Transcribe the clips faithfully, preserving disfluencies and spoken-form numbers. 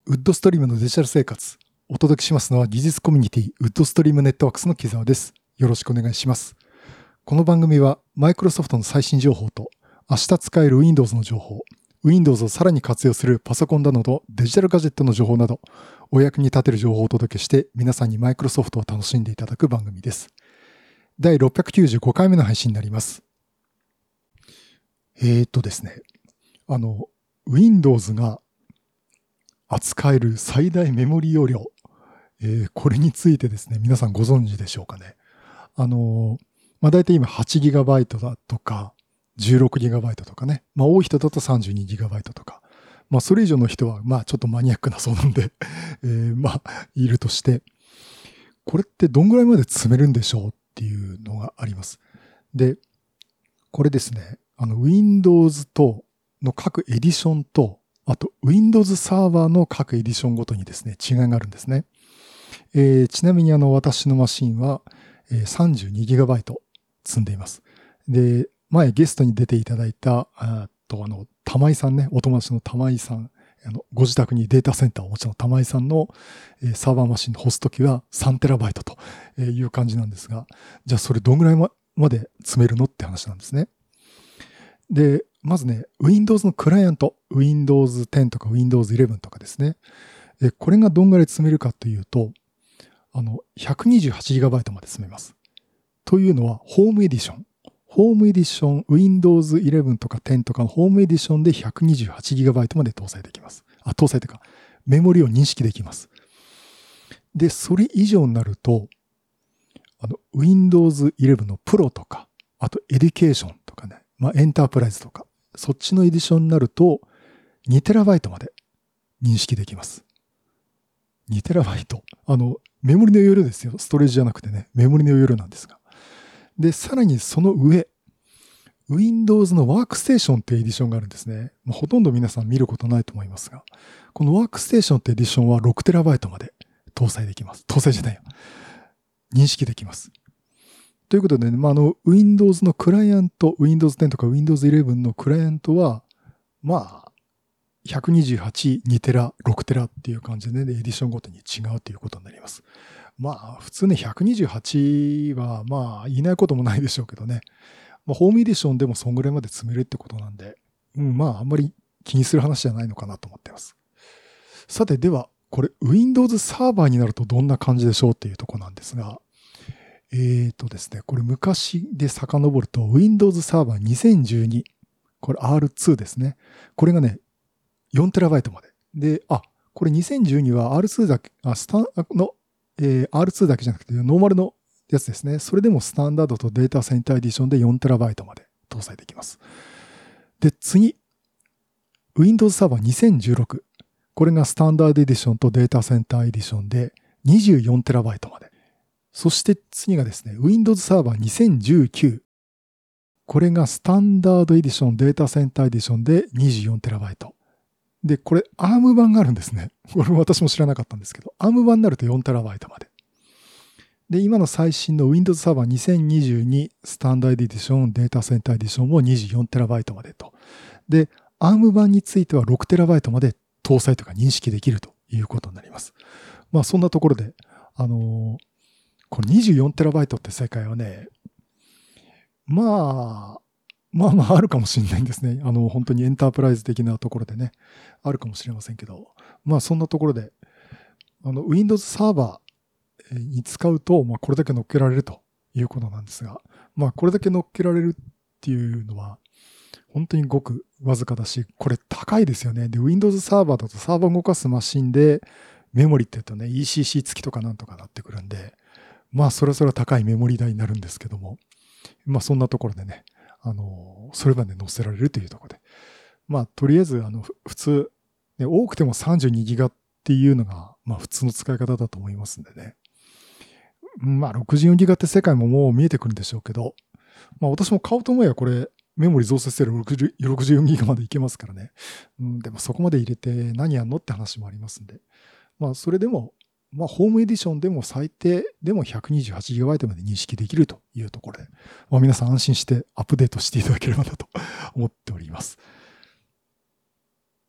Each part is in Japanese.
ウッドストリームのデジタル生活。お届けしますのは技術コミュニティウッドストリームネットワークスの木澤です。よろしくお願いします。この番組はマイクロソフトの最新情報と明日使える Windows の情報、Windows をさらに活用するパソコンなどのデジタルガジェットの情報など、お役に立てる情報をお届けして皆さんにマイクロソフトを楽しんでいただく番組です。だいろっぴゃくきゅうじゅうごかいめの配信になります。えーっとですね、あの、Windows が扱える最大メモリ容量、えー、これについてですね、皆さんご存知でしょうかね。あのー、まあ、大体今 はちギガバイト だとか じゅうろくギガバイト とかね、まあ、多い人だと さんじゅうにギガバイト とか、まあ、それ以上の人はまあちょっとマニアックなそうなんで、えー、まあいるとして、これってどんぐらいまで積めるんでしょうっていうのがあります。で、これですね、あの Windows との各エディションとあと Windows サーバーの各エディションごとにですね、違いがあるんですね。えー、ちなみにあの私のマシンは、えー、さんじゅうにギガバイト 積んでいます。で、前ゲストに出ていただいた、あとあの、玉井さんね、お友達の玉井さん、あのご自宅にデータセンターをお持ちの玉井さんの、えー、サーバーマシンのホスト機はさんテラバイトという感じなんですが、じゃあそれどんぐらいまで積めるのって話なんですね。で、まずね、Windows のクライアント、ウィンドウズテン とか ウィンドウズイレブン とかですね。これがどんぐらい積めるかというと、あの、ひゃくにじゅうはちギガバイト まで積めます。というのは、ホームエディション。ホームエディション、ウィンドウズイレブン とかテンとかのホームエディションで ひゃくにじゅうはちギガバイト まで搭載できます。あ、搭載というか、メモリを認識できます。で、それ以上になると、あの、ウィンドウズイレブン のプロとか、あとエデュケーションとかね、まあ、エンタープライズとか、そっちのエディションになると、にテラバイトまで認識できます。にテラバイト。あの、メモリの容量ですよ。ストレージじゃなくてね、メモリの容量なんですが。で、さらにその上、Windows のワークステーションってエディションがあるんですね。まあ、ほとんど皆さん見ることないと思いますが、このワークステーションってエディションはろくテラバイトまで搭載できます。搭載じゃないよ。認識できます。ということでね、まあ、あの、Windows のクライアント、Windows テンとか Windows イレブンのクライアントは、まあ、ひゃくにじゅうはち、にテラ、ろくテラっていう感じでね、エディションごとに違うということになります。まあ、普通ね、ひゃくにじゅうはちは、まあ、いないこともないでしょうけどね。まあ、ホームエディションでもそんぐらいまで積めるってことなんで、うん、まあ、あんまり気にする話じゃないのかなと思っています。さて、では、これ、Windows サーバーになるとどんな感じでしょうっていうところなんですが、えーとですね、これ昔で遡ると Windows サーバーにせんじゅうに、これ アールツー ですね。これがね、よんテラバイトまで。で、あ、これにせんじゅうには アールツー だけ、あ、スタンの、えー、アールツー だけじゃなくてノーマルのやつですね。それでもスタンダードとデータセンターエディションでよんテラバイトまで搭載できます。で、次、Windows サーバーにせんじゅうろく。これがスタンダードエディションとデータセンターエディションでにじゅうよんテラバイトまで。そして次がですね、Windows サーバーにせんじゅうきゅう。これがスタンダードエディション、データセンターエディションで にじゅうよんテラバイト。で、これ アーム 版があるんですね。これ私も知らなかったんですけど、アーム 版になるとよんテラバイトまで。で、今の最新の Windows サーバーにせんにじゅうにスタンダードエディション、データセンターエディションも にじゅうよんテラバイトまでと。で、アーム 版についてはろくテラバイトまで搭載とか認識できるということになります。まあそんなところで、あのー、この にじゅうよんテラバイトって世界はね、まあ、まあまああるかもしれないんですね。あの、本当にエンタープライズ的なところでね、あるかもしれませんけど、まあそんなところで、あの、Windows サーバーに使うと、まあこれだけ乗っけられるということなんですが、まあこれだけ乗っけられるっていうのは、本当にごくわずかだし、これ高いですよね。で、Windows サーバーだとサーバー動かすマシンで、メモリって言うとね、イーシーシー 付きとかなんとかなってくるんで、まあそれそれ高いメモリ代になるんですけども、まあそんなところでね、あの、それまで載せられるというところで。まあ、とりあえず、あの、普通、ね、多くてもさんじゅうにギガっていうのが、まあ普通の使い方だと思いますんでね。まあ、ろくじゅうよんギガって世界ももう見えてくるんでしょうけど、まあ私も買おうと思えばこれ、メモリ増設してるろくじゅうよんギガまでいけますからね。うん、でもそこまで入れて何やんのって話もありますんで。まあ、それでも、まあ、ホームエディションでも最低でも ひゃくにじゅうはちギガバイト まで認識できるというところで、まあ、皆さん安心してアップデートしていただければなと思っております。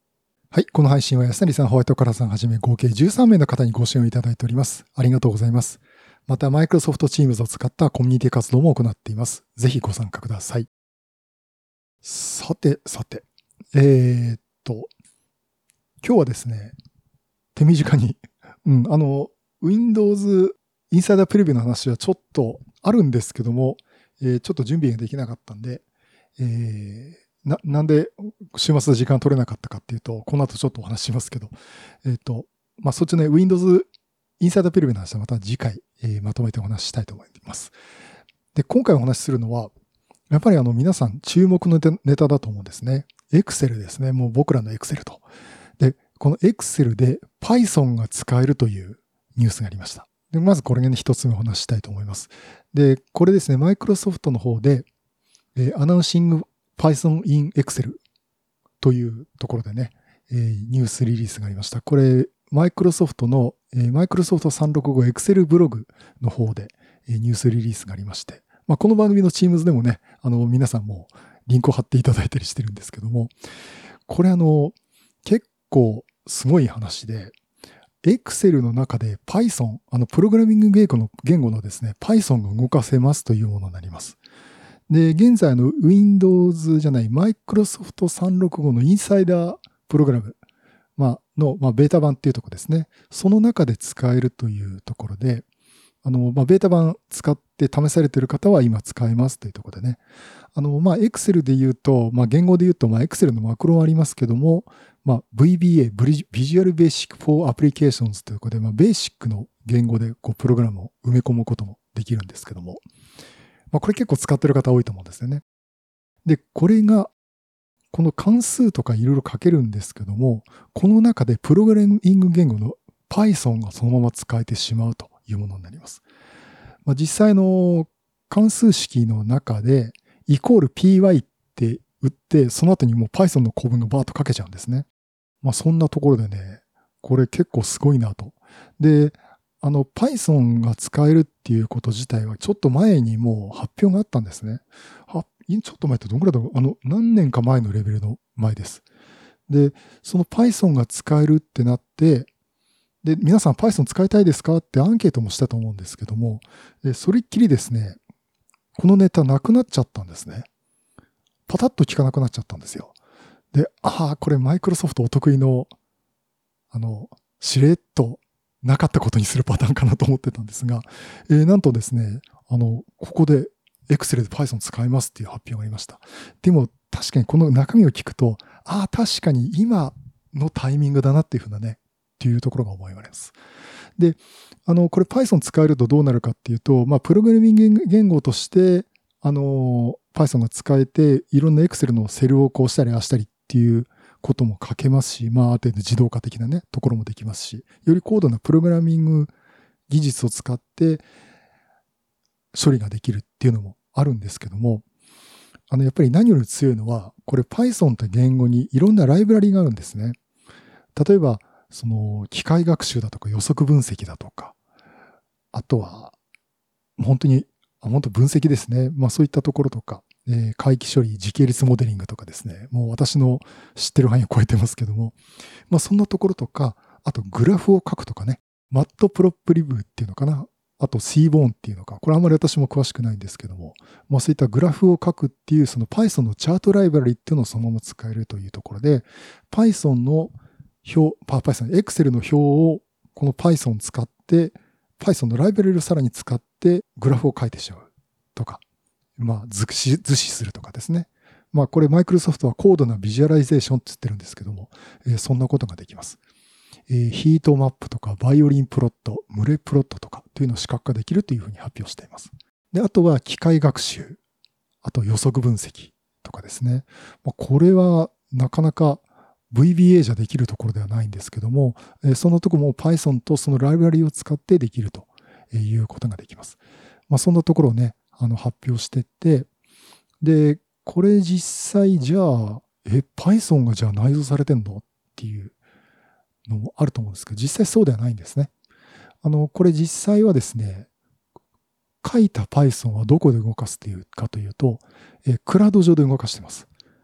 はい。この配信は安成さん、ホワイトカラーさんはじめ合計じゅうさんめいの方にご支援をいただいております。ありがとうございます。また、Microsoft Teams を使ったコミュニティ活動も行っています。ぜひご参加ください。さて、さて。えー、っと、今日はですね、手短に、うん、あの、Windows インサイダープレビューの話はちょっとあるんですけども、えー、ちょっと準備ができなかったんで、えーな、なんで週末で時間取れなかったかっていうと、この後ちょっとお話ししますけど、えっ、と、まあ、そっちね、Windows インサイダープレビューの話はまた次回、えーまとめてお話ししたいと思います。で、今回お話しするのは、やっぱりあの皆さん注目のネタだと思うんですね。Excel ですね。もう僕らの Excel と。で、この Excel で Python が使えるというニュースがありました。で、まずこれがね、一つ目お話ししたいと思います。で、これですね、Microsoft の方で、えー、Announcing Python in Excel というところでね、えー、ニュースリリースがありました。これ、マイクロソフトの、えー、マイクロソフトさんろくご Excel ブログの方で、えー、ニュースリリースがありまして、まあ、この番組の Teams でもね、あの、皆さんもリンクを貼っていただいたりしてるんですけども、これあの、結構すごい話で、Excel の中で Python、あの、プログラミング言語の、言語のですね、Python が動かせますというものになります。で、現在の Windows じゃない Microsoft さんろくごのインサイダープログラム、まあ、の、まあ、ベータ版っていうところですね。その中で使えるというところで、あの、まあ、ベータ版使って試されている方は今使えますというところでね。あの、まあ、Excel で言うと、まあ、言語で言うと、まあ、Excel のマクロはありますけども、まあ、ブイビーエー、Visual Basic for Applications ということで、まあ、ベーシックの言語でこうプログラムを埋め込むこともできるんですけども、まあ、これ結構使ってる方多いと思うんですよね。で、これが、この関数とかいろいろ書けるんですけども、この中でプログラミング言語の Python がそのまま使えてしまうというものになります。まあ、実際の関数式の中で、イコール ピーワイ って打って、その後にもう Python の構文がバーッと書けちゃうんですね。まあ、そんなところでね、これ結構すごいなと。で、あの Python が使えるっていうこと自体はちょっと前にもう発表があったんですね。はちょっと前ってどんくらいだろう、あの何年か前のレベルの前です。で、その Python が使えるってなって、で、皆さん Python 使いたいですかってアンケートもしたと思うんですけども、それっきりですね、このネタなくなっちゃったんですね。パタッと聞かなくなっちゃったんですよ。で、ああ、これマイクロソフトお得意の、あの、しれっとなかったことにするパターンかなと思ってたんですが、えー、なんとですね、あの、ここで Excel で Python 使いますっていう発表がありました。でも確かにこの中身を聞くと、ああ、確かに今のタイミングだなっていうふうなね、っていうところが思います。で、あの、これ Python 使えるとどうなるかっていうと、まあ、プログラミング言語として、あの、Python が使えて、いろんな Excel のセルをこうしたりああしたりっていうことも書けますし、まあ、ある程度自動化的なね、ところもできますし、より高度なプログラミング技術を使って処理ができるっていうのもあるんですけども、あの、やっぱり何より強いのは、これ Python という言語にいろんなライブラリがあるんですね。例えば、その、機械学習だとか予測分析だとか、あとは、本当に、本当分析ですね。まあそういったところとか、えー、回帰処理、時系列モデリングとかですね。もう私の知ってる範囲を超えてますけども、まあそんなところとか、あとグラフを書くとかね。マットプロップリブっていうのかな。あと シーボーンっていうのか。これあんまり私も詳しくないんですけども、まあそういったグラフを書くっていうその Python のチャートライブラリっていうのをそのまま使えるというところで、Python の表、Python、Excel の表をこの Python を使って、Python のライブラリをさらに使ってグラフを書いてしまうとか、まあ図示、図示するとかですね。まあこれマイクロソフトは高度なビジュアライゼーションって言ってるんですけども、えー、そんなことができます。えー、ヒートマップとかバイオリンプロット、ムレプロットとかというのを視覚化できるというふうに発表しています。で、あとは機械学習、あと予測分析とかですね。まあ、これはなかなかブイビーエー じゃできるところではないんですけども、そのところも Python とそのライブラリを使ってできるということができます。まあ、そんなところをね、あの発表してって、で、これ実際じゃあ、え、Python がじゃあ内蔵されてんのっていうのもあると思うんですけど、実際そうではないんですね。あの、これ実際はですね、書いた Python はどこで動かすっていうかというと、えクラウド上で動かしています。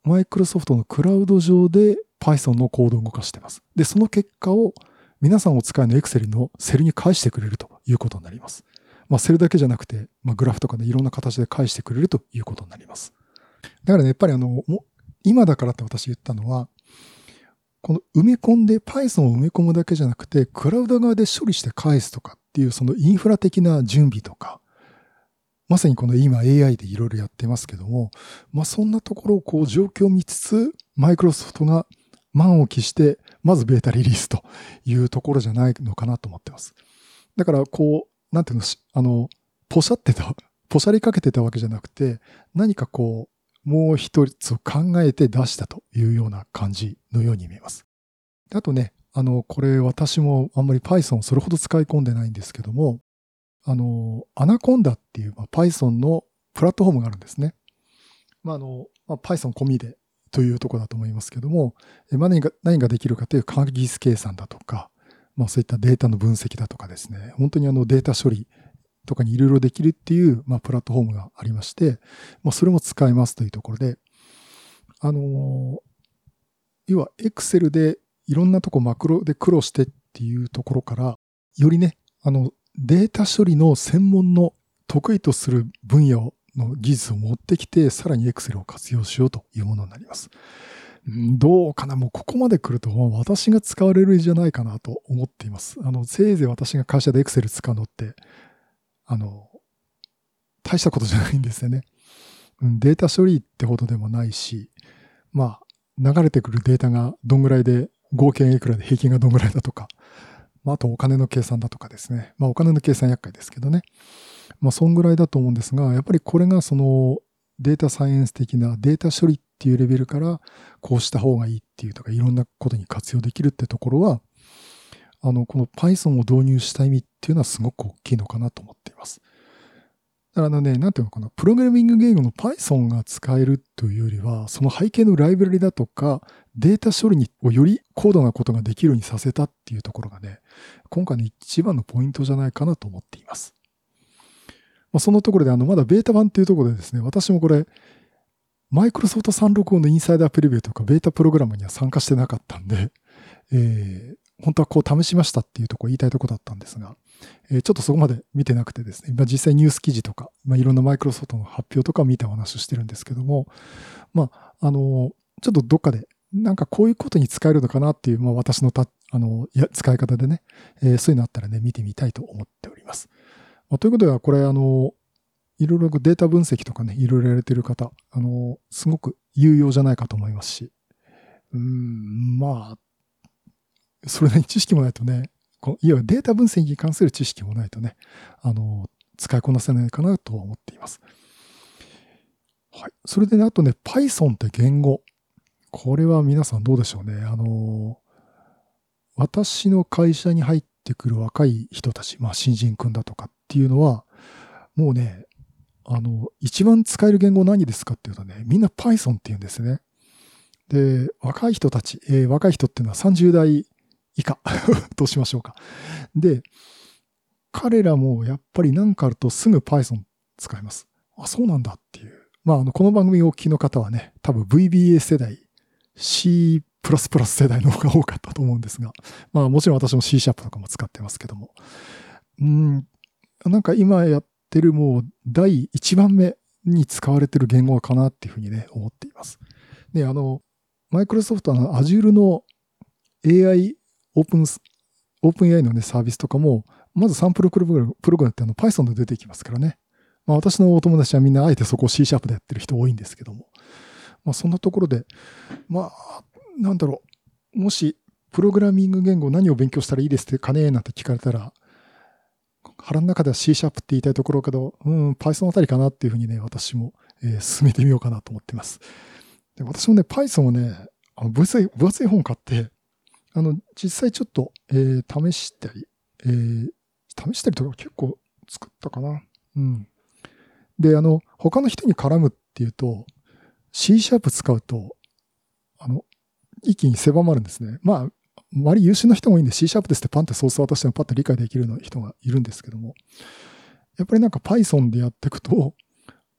マイクロソフトのクラウド上で Python のコードを動かしています。で、その結果を皆さんお使いの Excel のセルに返してくれるということになります。まあ、セルだけじゃなくて、まあ、グラフとかでいろんな形で返してくれるということになります。だからね、やっぱりあの、今だからって私言ったのは、この埋め込んで Python を埋め込むだけじゃなくて、クラウド側で処理して返すとかっていうそのインフラ的な準備とか、まさにこの今 エーアイ でいろいろやってますけども、まあそんなところをこう状況を見つつ、マイクロソフトが満を期して、まずベータリリースというところじゃないのかなと思ってます。だからこう、なんていうの、あの、ポシャってた、ポシャりかけてたわけじゃなくて、何かこう、もう一つを考えて出したというような感じのように見えます。あとね、あの、これ私もあんまり Python をそれほど使い込んでないんですけども、あの、アナコンダっていう、まあ、Python のプラットフォームがあるんですね。まあ、あの、まあ、Python 込みでというところだと思いますけども、まあ、何が、何ができるかという科学技術計算だとか、まあ、そういったデータの分析だとかですね、本当にあのデータ処理とかにいろいろできるっていう、まあ、プラットフォームがありまして、まあ、それも使えますというところで、あの、要は Excel でいろんなとこマクロで苦労してっていうところから、よりね、あの、データ処理の専門の得意とする分野の技術を持ってきて、さらに Excel を活用しようというものになります。どうかな、もうここまで来ると私が使われるんじゃないかなと思っています。あの、せいぜい私が会社で Excel 使うのって、あの、大したことじゃないんですよね。データ処理ってほどでもないし、まあ、流れてくるデータがどんぐらいで、合計いくらで平均がどんぐらいだとか、まあ、あとお金の計算だとかですね。まあお金の計算厄介ですけどね。まあそんぐらいだと思うんですが、やっぱりこれがそのデータサイエンス的なデータ処理っていうレベルからこうした方がいいっていうとかいろんなことに活用できるってところは、あのこの Python を導入した意味っていうのはすごく大きいのかなと思っています。だからね、なんていうのかな、プログラミング言語の Python が使えるというよりは、その背景のライブラリだとか、データ処理にをより高度なことができるようにさせたっていうところがね、今回の一番のポイントじゃないかなと思っています。まあ、そのところで、あの、まだベータ版っていうところでですね、私もこれ、マイクロソフトさんろくごのインサイダープレビューとかベータプログラムには参加してなかったんで、えー、本当はこう試しましたっていうところ言いたいところだったんですが、えー、ちょっとそこまで見てなくてですね、まあ、実際ニュース記事とか、まあ、いろんなマイクロソフトの発表とか見たお話をしてるんですけども、まあ、あの、ちょっとどっかで、なんかこういうことに使えるのかなっていう、まあ私のた、あの、や使い方でね、えー、そういうのあったらね、見てみたいと思っております。まあ、ということでは、これあの、いろいろデータ分析とかね、いろいろやれてる方、あの、すごく有用じゃないかと思いますし、うーん、まあ、それなりに知識もないとね、こいわゆるデータ分析に関する知識もないとね、あの、使いこなせないかなと思っています。はい。それでね、あとね、Python って言語。これは皆さんどうでしょうね。あの、私の会社に入ってくる若い人たち、まあ、新人君だとかっていうのは、もうね、あの、一番使える言語何ですかっていうとね、みんな Python って言うんですね。で、若い人たち、えー、若い人っていうのはさんじゅう代以下としましょうか。で、彼らもやっぱり何かあるとすぐ Python 使います。あ、そうなんだっていう。まあ、あの、この番組をお聞きの方はね、多分 ブイビーエー 世代、C++ 世代の方が多かったと思うんですが、まあもちろん私も C シャープとかも使ってますけども、うん、なんか今やってるもう第一番目に使われてる言語かなっていうふうにね、思っています。で、あの、マイクロソフトの Azure の エーアイ、オープン、オープン エーアイ のね、サービスとかも、まずサンプルプログラム、プログラムってあの Python で出てきますからね。まあ私のお友達はみんなあえてそこを C シャープでやってる人多いんですけども、まあそんなところで、まあ、なんだろう。もし、プログラミング言語何を勉強したらいいですかねなんて聞かれたら、腹の中では C シャープって言いたいところけど、うん、Python あたりかなっていうふうにね、私も、えー、進めてみようかなと思ってます。で私もね、Python をね、あの分厚い、分厚い本買って、あの、実際ちょっと、えー、試したり、えー、試したりとか結構作ったかな。うん。で、あの、他の人に絡むっていうと、C シャープ使うと、あの、一気に狭まるんですね。まあ、割り優秀な人も多いんで C シャープですってパンってソース渡してもパッと理解できるような人がいるんですけども、やっぱりなんか Python でやっていくと、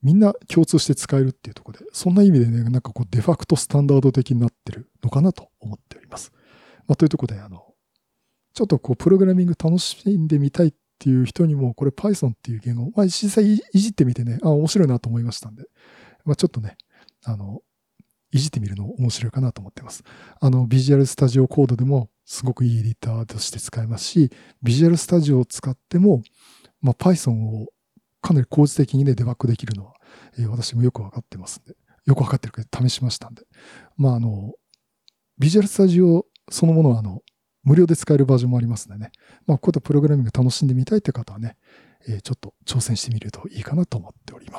みんな共通して使えるっていうところで、そんな意味でね、なんかこうデファクトスタンダード的になってるのかなと思っております。まあ、というところで、あの、ちょっとこうプログラミング楽しんでみたいっていう人にも、これ Python っていう言語、まあ、実際いじってみてね、あ、面白いなと思いましたんで、まあ、ちょっとね、あの、いじってみるの面白いかなと思ってます。あの、ビジュアルスタジオコードでもすごくいいエディターとして使えますし、ビジュアルスタジオを使っても、まあ、Python をかなり効率的にね、デバッグできるのは、えー、私もよくわかってますんで、よくわかってるけど試しましたんで。まあ、あの、ビジュアルスタジオそのものは、あの、無料で使えるバージョンもありますのでね、まあ、こういったプログラミング楽しんでみたいって方はね、えー、ちょっと挑戦してみるといいかなと思っております。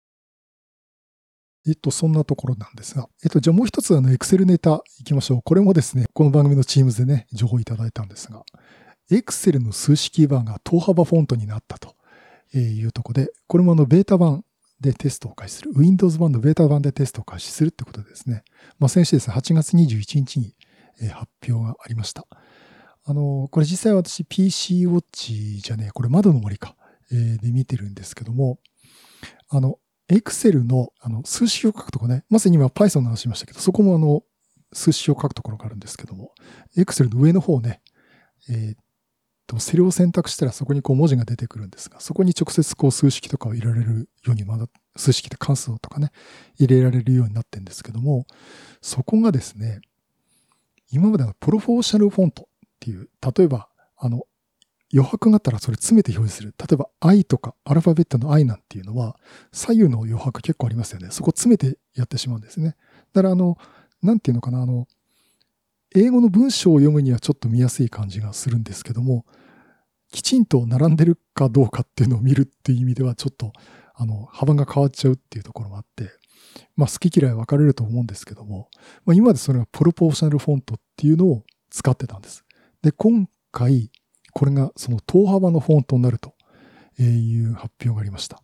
えっと、そんなところなんですが、えっと、じゃあもう一つ、あの、Excel ネタ行きましょう。これもですね、この番組の Teams でね、情報いただいたんですが、Excel の数式版が等幅フォントになったというところで、これもあの、ベータ版でテストを開始する。Windows 版のベータ版でテストを開始するってことでですね、まあ、先週ですね、はちがつにじゅういちにちに発表がありました。あの、これ実際私 ピーシー ウォッチじゃねえ、これ窓の森か、えー、で見てるんですけども、あの、Excel のあの数式を書くところね、まさに今 Python の話しましたけど、そこもあの数式を書くところがあるんですけども、Excel の上の方ね、えー、っと、セルを選択したらそこにこう文字が出てくるんですが、そこに直接こう数式とかを入れられるように、まだ数式で関数とかね、入れられるようになってるんですけども、そこがですね、今までのプロフォーシャルフォントっていう、例えば、あの、余白があったらそれ詰めて表示する。例えば I とかアルファベットの I なんていうのは左右の余白結構ありますよね。そこ詰めてやってしまうんですね。だからあの、なんていうのかな、あの、英語の文章を読むにはちょっと見やすい感じがするんですけども、きちんと並んでるかどうかっていうのを見るっていう意味ではちょっと、あの、幅が変わっちゃうっていうところもあって、まあ好き嫌い分かれると思うんですけども、まあ、今までそれがプロポーショナルフォントっていうのを使ってたんです。で、今回、これがその等幅のフォントになるという発表がありました。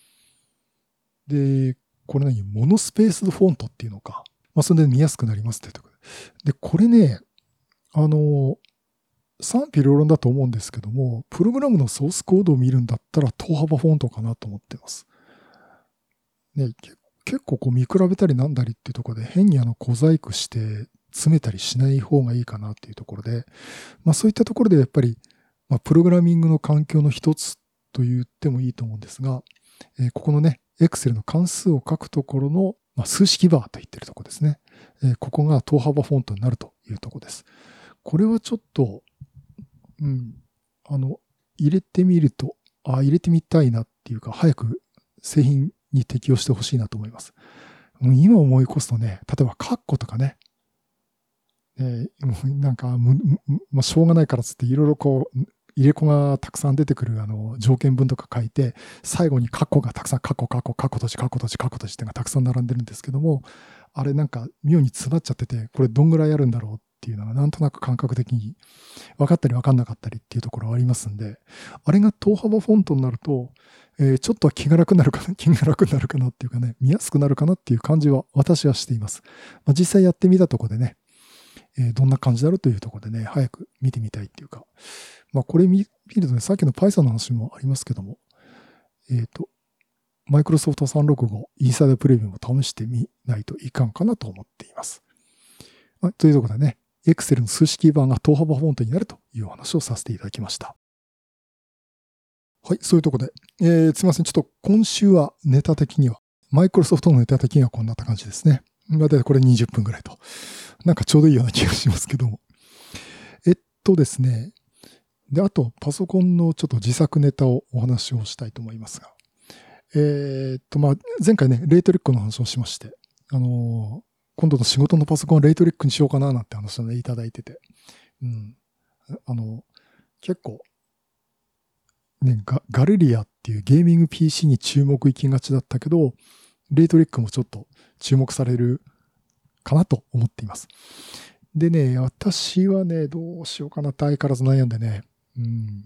で、これ何モノスペースフォントっていうのか。まあ、それで見やすくなりますってところで。で、これね、あの、賛否両論だと思うんですけども、プログラムのソースコードを見るんだったら等幅フォントかなと思ってます。ね、結構こう見比べたりなんだりっていうところで変にあの小細工して詰めたりしない方がいいかなっていうところで、まあそういったところでやっぱりまあ、プログラミングの環境の一つと言ってもいいと思うんですが、えー、ここのね、Excel の関数を書くところの、まあ、数式バーと言ってるところですね。えー、ここが等幅フォントになるというところです。これはちょっと、うん、あの、入れてみると、あ、入れてみたいなっていうか、早く製品に適用してほしいなと思います。うん、今思い起こすとね、例えばカッコとかね、えー、なんか、まあ、しょうがないからつっていろいろこう、入れ子がたくさん出てくるあの条件文とか書いて、最後にカッコがたくさん、カッコ、カッコ、カッコ閉じ、カッコ閉じ、カッコ閉じっていうのがたくさん並んでるんですけども、あれなんか妙に詰まっちゃってて、これどんぐらいあるんだろうっていうのがなんとなく感覚的に分かったり分かんなかったりっていうところはありますんで、あれが等幅フォントになると、えー、ちょっと気が楽になるかな、気が楽になるかなっていうかね、見やすくなるかなっていう感じは私はしています。まあ、実際やってみたところでね、えー、どんな感じだろうというところでね、早く見てみたいっていうか、まあこれ見るとね、さっきの Python の話もありますけども、えっ、ー、と、Microsoft さんろくごインサイドプレビューも試してみないといかんかなと思っています。はい、というところでね、Excel の数式版が等幅フォントになるというお話をさせていただきました。はい、そういうところで、えー、すみません。ちょっと今週はネタ的には、Microsoft のネタ的にはこんな感じですね。だいたいこれにじゅっぷんぐらいと。なんかちょうどいいような気がしますけども。えっとですね。で、あと、パソコンのちょっと自作ネタをお話をしたいと思いますが。えー、っと、まあ、前回ね、レイトリックの話をしまして、あのー、今度の仕事のパソコンをレイトリックにしようかななんて話をね、いただいてて。うん。あの、結構、ね、ガ、ガルリアっていうゲーミング ピーシー に注目行きがちだったけど、レイトリックもちょっと注目されるかなと思っています。でね、私はね、どうしようかなって相変わらず悩んでね、うん、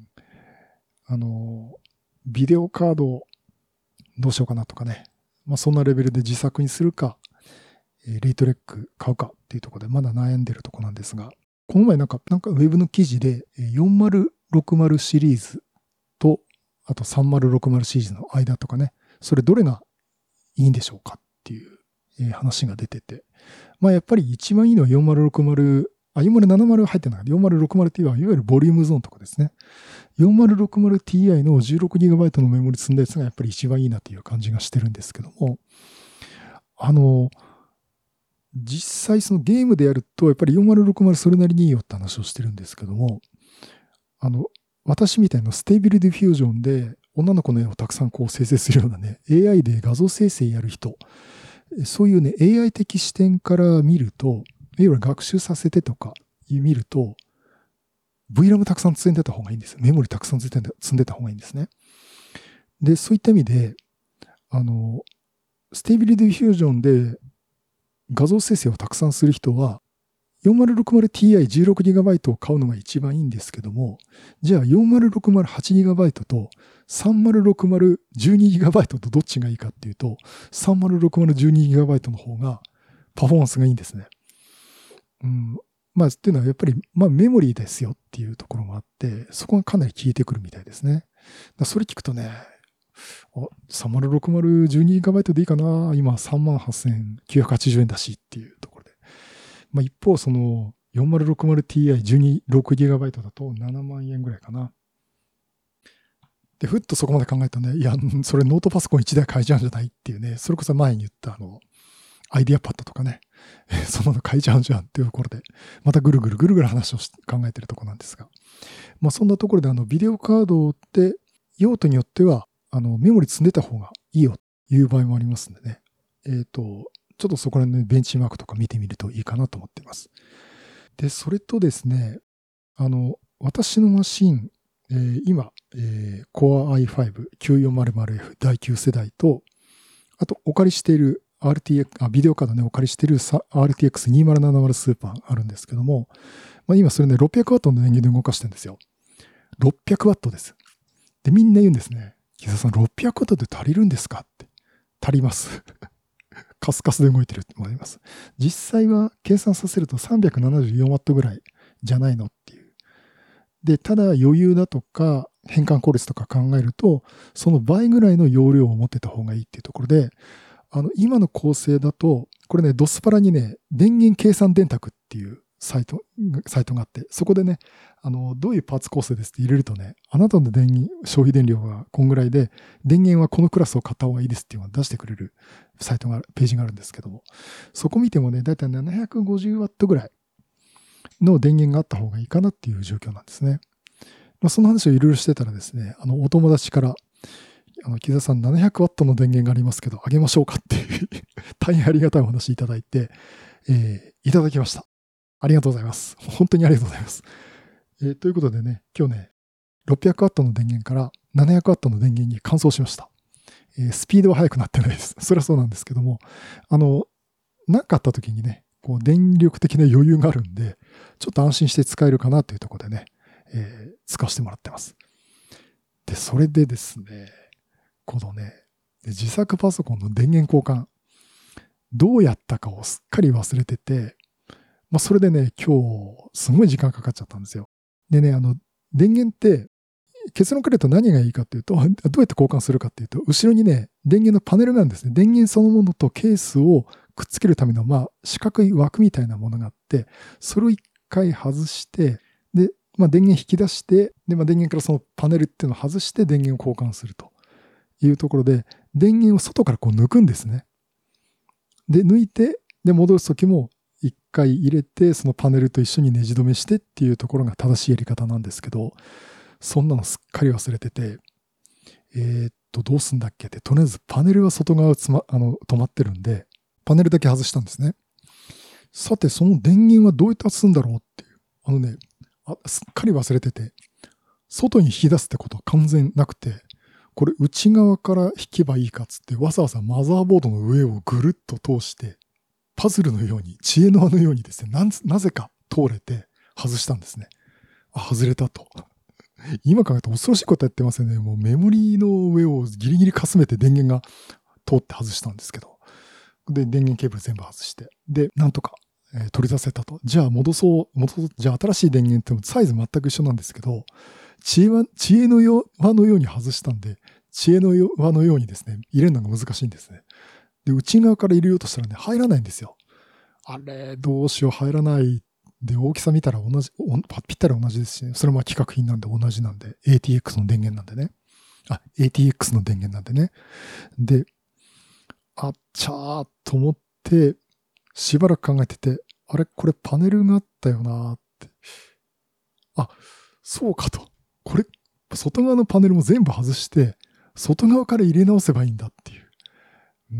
あの、ビデオカードをどうしようかなとかね、まあそんなレベルで自作にするか、レイトレック買うかっていうところでまだ悩んでるところなんですが、この前なんか、なんかウェブの記事でよんまるろくまるシリーズと、あとさんまるろくまるシリーズの間とかね、それどれがいいんでしょうかっていう、えー話が出てて。まあやっぱり一番いいのはよんまるろくまる、あ、よんまるななまる入ってない。よんまるろくまるっていうのはいわゆるボリュームゾーンとかですね。よんまるろくまるティーアイ の じゅうろくギガバイト のメモリ積んだやつがやっぱり一番いいなっていう感じがしてるんですけども、あの、実際そのゲームでやると、やっぱりよんまるろくまるそれなりにいいよって話をしてるんですけども、あの、私みたいなステービルディフュージョンで女の子の絵をたくさんこう生成するようなね、エーアイ で画像生成やる人、そういうね、エーアイ 的視点から見ると、いわゆる学習させてとか見ると、ブイラム たくさん積んでた方がいいんですよ。メモリたくさん積んで積んでた方がいいんですね。で、そういった意味で、あの、ステービルディフュージョンで画像生成をたくさんする人は、よんまるろくまるティーアイじゅうろくギガバイト を買うのが一番いいんですけども、じゃあ よんまるろくまるはちギガバイト と さんまるろくまるじゅうにギガバイト とどっちがいいかっていうと、さんまるろくまるじゅうにギガバイト の方がパフォーマンスがいいんですね。うん、まあ、っていうのはやっぱり、まあメモリーですよっていうところもあって、そこがかなり効いてくるみたいですね。だそれ聞くとね、さんまるろくまるじゅうにギガバイト でいいかな、今 さんまんはっせんきゅうひゃくはちじゅうえんだしっていうところで。まあ、一方、その よんまるろくまるティーアイじゅうに、ろくギガバイト だとななまんえんぐらいかな。で、ふっとそこまで考えたね、いや、それノートパソコンいちだい買えちゃうんじゃないっていうね、それこそ前に言ったあの、アイディアパッドとかね、そのの買えちゃうんじゃんっていうところで、またぐるぐるぐるぐる話を考えてるところなんですが。まあそんなところであの、ビデオカードって用途によっては、あの、メモリ積んでた方がいいよという場合もありますんでね。えっと、ちょっとそこら辺のベンチマークとか見てみるといいかなと思っています。で、それとですね、あの、私のマシン、えー、今、えー、Core アイファイブきゅうよんまるまるエフ 第きゅう世代と、あとお借りしている アールティーエックス、あ、ビデオカードね、お借りしている アールティーエックスにせんななじゅう スーパーあるんですけども、まあ、今それね、ろっぴゃくワット の電源で動かしてるんですよ。ろっぴゃくワット です。で、みんな言うんですね。木澤さん、ろっぴゃくワット で足りるんですかって。足ります。カスカスで動いてるって思います。実際は計算させると さんびゃくななじゅうよんワット ぐらいじゃないのっていう。で、ただ余裕だとか変換効率とか考えると、その倍ぐらいの容量を持ってた方がいいっていうところで、あの、今の構成だと、これね、ドスパラにね、電源計算電卓っていうサイト、サイトがあって、そこでね、あの、どういうパーツ構成ですって入れるとね、あなたの電源、消費電量がこんぐらいで、電源はこのクラスを買った方がいいですっていうのを出してくれるサイトが、ページがあるんですけども、そこ見てもね、だいたいななひゃくごじゅうワットぐらいの電源があった方がいいかなっていう状況なんですね。まあ、その話をいろいろしてたらですね、あの、お友達から、あの、木田さんななひゃくワットの電源がありますけど、あげましょうかっていう大変ありがたいお話いただいて、えー、いただきました。ありがとうございます。本当にありがとうございます。えー、ということでね、今日ね、ろっぴゃくワットの電源からななひゃくワットの電源に換装しました。えー、スピードは速くなってないです。それはそうなんですけども、あの、なかった時にね、こう電力的な余裕があるんで、ちょっと安心して使えるかなというところでね、えー、使わせてもらってます。で、それでですね、このね、自作パソコンの電源交換、どうやったかをすっかり忘れてて、まあ、それでね、今日、すごい時間かかっちゃったんですよ。でね、あの、電源って、結論から言うと何がいいかっていうと、どうやって交換するかっていうと、後ろにね、電源のパネルがあるんですね。電源そのものとケースをくっつけるための、まあ、四角い枠みたいなものがあって、それを一回外して、で、まあ、電源引き出して、で、まあ、電源からそのパネルっていうのを外して電源を交換するというところで、電源を外からこう抜くんですね。で、抜いて、で、戻すときも一回入れて、そのパネルと一緒にネジ止めしてっていうところが正しいやり方なんですけど、そんなのすっかり忘れてて、えー、っと、どうすんだっけって、とりあえずパネルは外側つま、あの、止まってるんで、パネルだけ外したんですね。さて、その電源はどうやって外すんだろうっていう、あのね、あすっかり忘れてて、外に引き出すってことは完全なくて、これ内側から引けばいいかっつって、わざわざマザーボードの上をぐるっと通して、パズルのように、知恵の輪のようにですね、な, なぜか通れて外したんですね。あ、外れたと。今考えると恐ろしいことやってますよね。もうメモリーの上をギリギリかすめて電源が通って外したんですけど。で、電源ケーブル全部外して。で、なんとか、えー、取り出せたと。じゃあ戻そう、戻そう。じゃあ新しい電源ってサイズ全く一緒なんですけど、知恵輪、知恵の輪のように外したんで、知恵の輪のようにですね、入れるのが難しいんですね。 で、内側から入れようとしたらね、入らないんですよ。あれ、どうしよう、入らない。で、大きさ見たら同じ、ぴったり同じですしね。それも規格品なんで同じなんで、エーティーエックス の電源なんでね。あ、エーティーエックス の電源なんでね。で、あっちゃーと思って、しばらく考えてて、あれ、これパネルがあったよなーって。あ、そうかと。これ、外側のパネルも全部外して、外側から入れ直せばいいんだっていう。うん。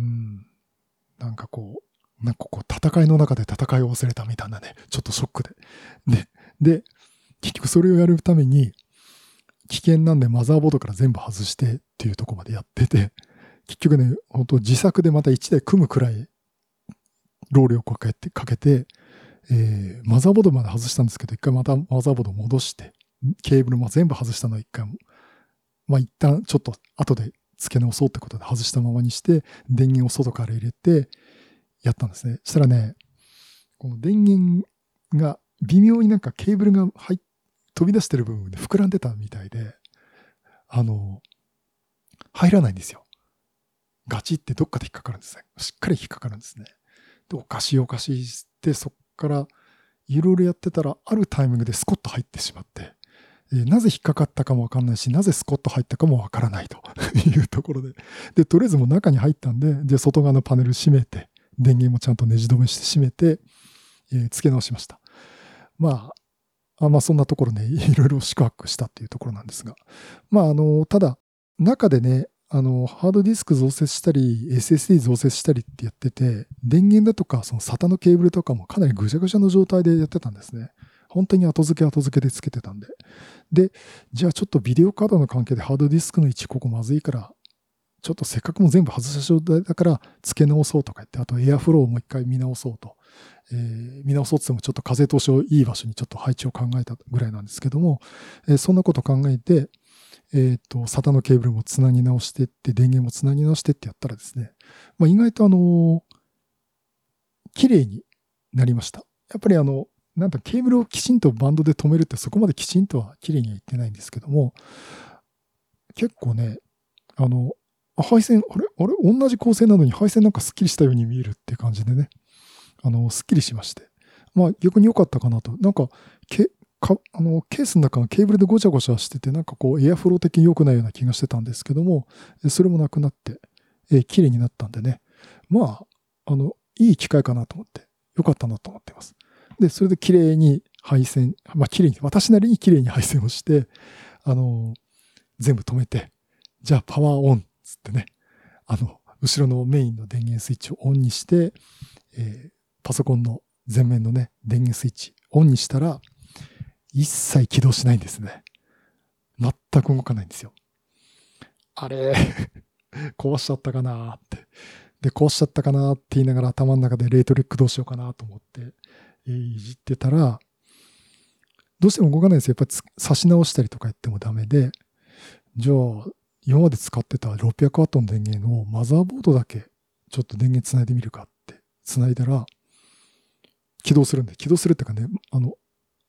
なんかこう、なんかこう、戦いの中で戦いを忘れたみたいなね、ちょっとショックで。で、で、結局それをやるために、危険なんでマザーボードから全部外してっていうところまでやってて、結局ね、本当自作でまたいちだい組むくらい、労力をかけて、かけて、えー、マザーボードまで外したんですけど、一回またマザーボード戻して、ケーブルも全部外したのを一回も、まあ一旦ちょっと後で付け直そうってことで外したままにして、電源を外から入れてやったんですね。そしたらね、この電源が微妙になんかケーブルが入っ飛び出してる部分で膨らんでたみたいで、あの、入らないんですよ。ガチってどっかで引っかかるんですね。しっかり引っかかるんですね。で、おかしいおかしいって、そっからいろいろやってたら、あるタイミングでスコッと入ってしまって、えーなぜ引っかかったかもわかんないし、なぜスコッと入ったかもわからないというところで。で、とりあえずもう中に入ったんで、で、外側のパネル閉めて、電源もちゃんとネジ止めして閉めて、えー付け直しました。まあ、あまあそんなところね、いろいろ宿泊したっていうところなんですが。まああの、ただ、中でね、あの、ハードディスク増設したり、エスエスディー 増設したりってやってて、電源だとか、そのサタのケーブルとかもかなりぐちゃぐちゃの状態でやってたんですね。本当に後付け後付けでつけてたんで。で、じゃあちょっとビデオカードの関係でハードディスクの位置ここまずいから、ちょっとせっかくも全部外した状態だから付け直そうとか言って、あとエアフローをもう一回見直そうと。えー見直そうって言ってもちょっと風通しをいい場所にちょっと配置を考えたぐらいなんですけども、えーそんなこと考えて、えっと、サタのケーブルもつなぎ直してって、電源もつなぎ直してってやったらですね、まあ、意外とあの、綺麗になりました。やっぱりあの、なんだ、ケーブルをきちんとバンドで止めるってそこまできちんとは綺麗にはいってないんですけども、結構ね、あの、あ配線、あれあれ同じ構成なのに配線なんかスッキリしたように見えるって感じでね、あの、スッキリしまして。まあ、逆に良かったかなと。なんか、けかあのケースの中のケーブルでごちゃごちゃしてて、なんかこう、エアフロー的に良くないような気がしてたんですけども、それもなくなって、えー、綺麗になったんでね。まあ、あの、いい機会かなと思って、良かったなと思っています。で、それで綺麗に配線、まあ、綺麗に、私なりに綺麗に配線をして、あの、全部止めて、じゃあパワーオンつってね、あの、後ろのメインの電源スイッチをオンにして、えーパソコンの前面のね、電源スイッチオンにしたら、一切起動しないんですね。全く動かないんですよ。あれ、壊しちゃったかなって。で、壊しちゃったかなって言いながら頭の中でレートレックどうしようかなと思って、えーいじってたら、どうしても動かないんですよ。やっぱり差し直したりとかやってもダメで、じゃあ、今まで使ってた ろっぴゃくワット の電源をマザーボードだけちょっと電源つないでみるかってつないだら、起動するんで、起動するっていうかね、あの、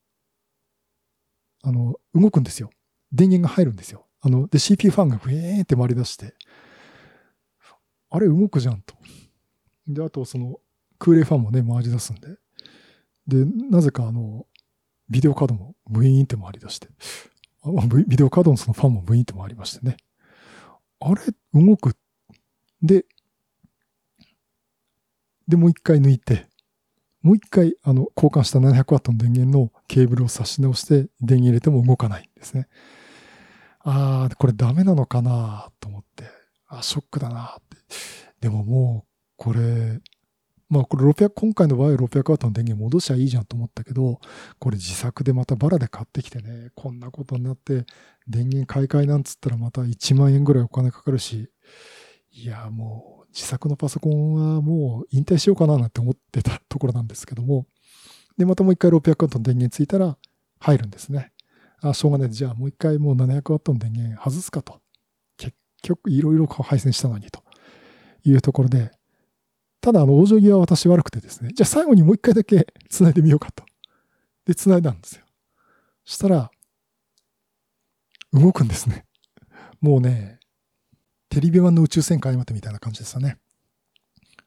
あの、動くんですよ。電源が入るんですよ。あの、で、シーピーユー ファンがブエーンって回り出して、あれ動くじゃんと。で、あと、その、空冷ファンもね、回り出すんで。で、なぜかあの、ビデオカードもブイーンって回り出して、あビデオカードのそのファンもブイーンって回りましてね。あれ動く。で、で、もう一回抜いて、もう一回、あの、交換した ななひゃくワット の電源のケーブルを差し直して、電源入れても動かないんですね。ああ、これダメなのかなと思って、あ、ショックだなって。でももう、これ、まあこれろっぴゃく、今回の場合は ろっぴゃくワット の電源戻しちゃいいじゃんと思ったけど、これ自作でまたバラで買ってきてね、こんなことになって、電源買い替えなんつったらまたいちまんえんぐらいお金かかるし、いや、もう自作のパソコンはもう引退しようかななんて思ってたところなんですけども、で、またもう一回 ろっぴゃくワット の電源ついたら入るんですね。あ、しょうがない。じゃあもう一回もう ななひゃくワット の電源外すかと。結局いろいろ配線したのにというところで、ただあの往生際は私悪くてですね、じゃあ最後にもう一回だけ繋いでみようかと。で、繋いだんですよ。そしたら、動くんですね。もうね、テレビ版の宇宙戦艦ヤマトみたいな感じですよね。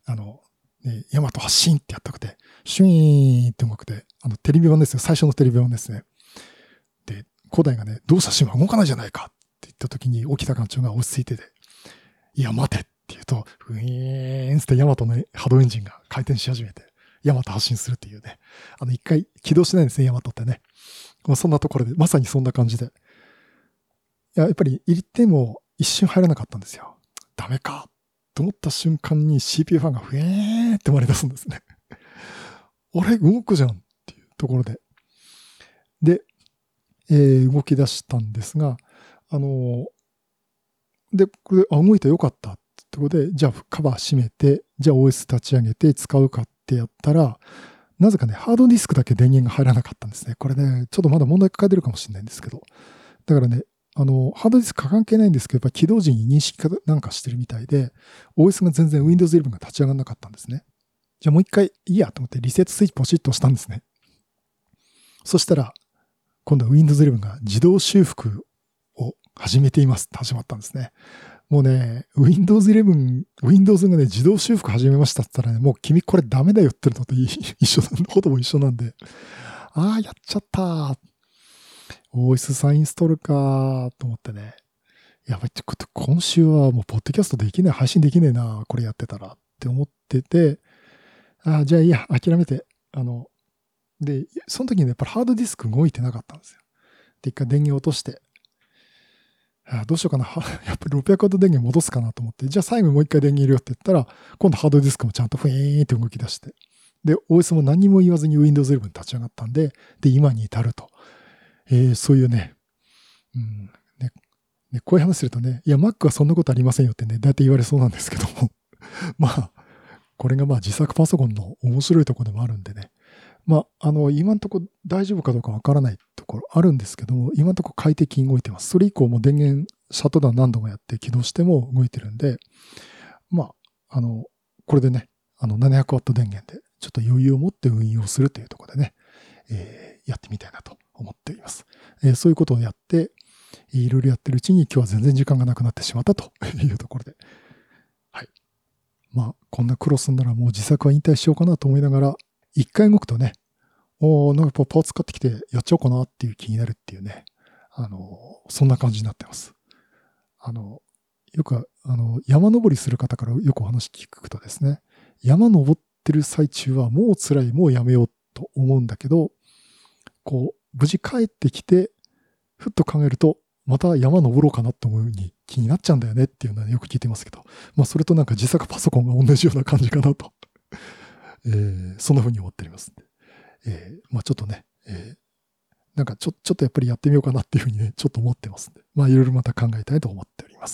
あの、ね、ヤマト発進ってやったくて、シュイーンって動くて、あの、テレビ版ですよ。最初のテレビ版ですね。で、古代がね、どうしたシンは動かないじゃないかって言った時に、沖田艦長が落ち着いてて、いや、待てって言うと、ウィーンってヤマトの波動エンジンが回転し始めて、ヤマト発進するっていうね。あの、一回起動しないんですね、ヤマトってね。まあ、そんなところで、まさにそんな感じで。いや、やっぱり入れても一瞬入らなかったんですよ。ダメかと思った瞬間に シーピーユー ファンがふえーって生まれ出すんですね。あれ動くじゃんっていうところで。で、えー、動き出したんですが、あのー、で、これで、あ、動いてよかったってことで、じゃあカバー閉めて、じゃあ オーエス 立ち上げて使うかってやったら、なぜかね、ハードディスクだけ電源が入らなかったんですね。これね、ちょっとまだ問題抱えてるかもしれないんですけど。だからね、あの、ハードディスク関係ないんですけど、やっぱ起動時に認識かなんかしてるみたいで、オーエス が全然 ウィンドウズイレブン が立ち上がらなかったんですね。じゃあもう一回いいやと思ってリセットスイッチポチッと押したんですね。そしたら、今度は ウィンドウズイレブン が自動修復を始めていますって始まったんですね。もうね、ウィンドウズイレブン、Windows がね、自動修復始めましたって言ったらね、もう君これダメだよって言ってるのと一緒、ほぼ一緒なんで、ああ、やっちゃったー。オーエス 再インストールかーと思ってね。やばい、今週はもうポッドキャストできない、配信できねえな、これやってたらって思ってて、ああ、じゃあいいや、諦めて、あの、で、その時にね、やっぱりハードディスク動いてなかったんですよ。で、一回電源落として、ああどうしようかな、やっぱりろっぴゃくワット電源戻すかなと思って、じゃあ最後にもう一回電源入れようって言ったら、今度ハードディスクもちゃんとフィーンって動き出して、で、オーエス も何も言わずに ウィンドウズイレブン 立ち上がったんで、で、今に至ると。えー、そういうね、うんねね、こういう話するとね、いや、Mac はそんなことありませんよってね、大体言われそうなんですけども、まあ、これがまあ自作パソコンの面白いところでもあるんでね、まあ、あの、今のところ大丈夫かどうかわからないところあるんですけども、今のところ快適に動いてます。それ以降も電源、シャットダウン何度もやって起動しても動いてるんで、まあ、あの、これでね、あの、ななひゃくワット電源で、ちょっと余裕を持って運用するというところでね、えー、やってみたいなと思っています。えー、そういうことをやって、いろいろやってるうちに今日は全然時間がなくなってしまったというところで。はい。まあ、こんな苦労すんならもう自作は引退しようかなと思いながら、一回動くとね、おー、なんかパーツ買ってきてやっちゃおうかなっていう気になるっていうね、あの、そんな感じになってます。あの、よく、あの、山登りする方からよくお話聞くとですね、山登ってる最中はもう辛い、もうやめようと思うんだけど、こう、無事帰ってきて、ふっと考えると、また山登ろうかなって思うに気になっちゃうんだよねっていうのはよく聞いてますけど、まあそれとなんか自作パソコンが同じような感じかなと、えー、そんな風に思っております。えー、まあちょっとね、えー、なんかちょ、ちょっとやっぱりやってみようかなっていう風にね、ちょっと思ってますんで、まあいろいろまた考えたいと思っております。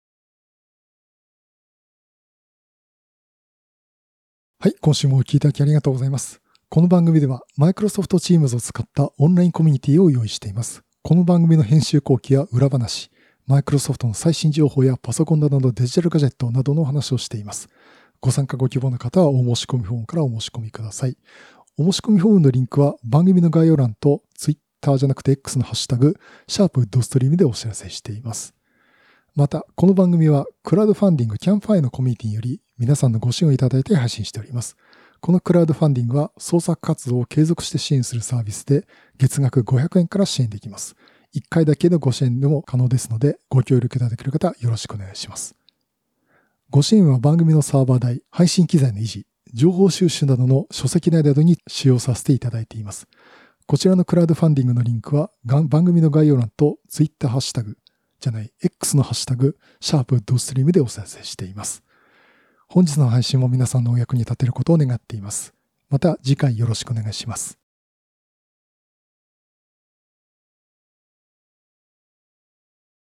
はい、今週もお聞きいただきありがとうございます。この番組では Microsoft Teams を使ったオンラインコミュニティを用意しています。この番組の編集後期や裏話、Microsoft の最新情報やパソコンなどのデジタルガジェットなどの話をしています。ご参加ご希望の方はお申し込みフォームからお申し込みください。お申し込みフォームのリンクは番組の概要欄と Twitter じゃなくて X のハッシュタグ、シャープウッドストリームでお知らせしています。また、この番組はクラウドファンディングキャンプファイのコミュニティにより皆さんのご支援をいただいて配信しております。このクラウドファンディングは創作活動を継続して支援するサービスで月額ごひゃくえんから支援できます。いっかいだけのご支援でも可能ですのでご協力いただける方よろしくお願いします。ご支援は番組のサーバー代、配信機材の維持、情報収集などの書籍代などに使用させていただいています。こちらのクラウドファンディングのリンクは番組の概要欄と Twitter ハッシュタグ、じゃない、X のハッシュタグ、シャープウッドストリームでお知らせしています。本日の配信も皆さんのお役に立てることを願っています。また次回よろしくお願いします。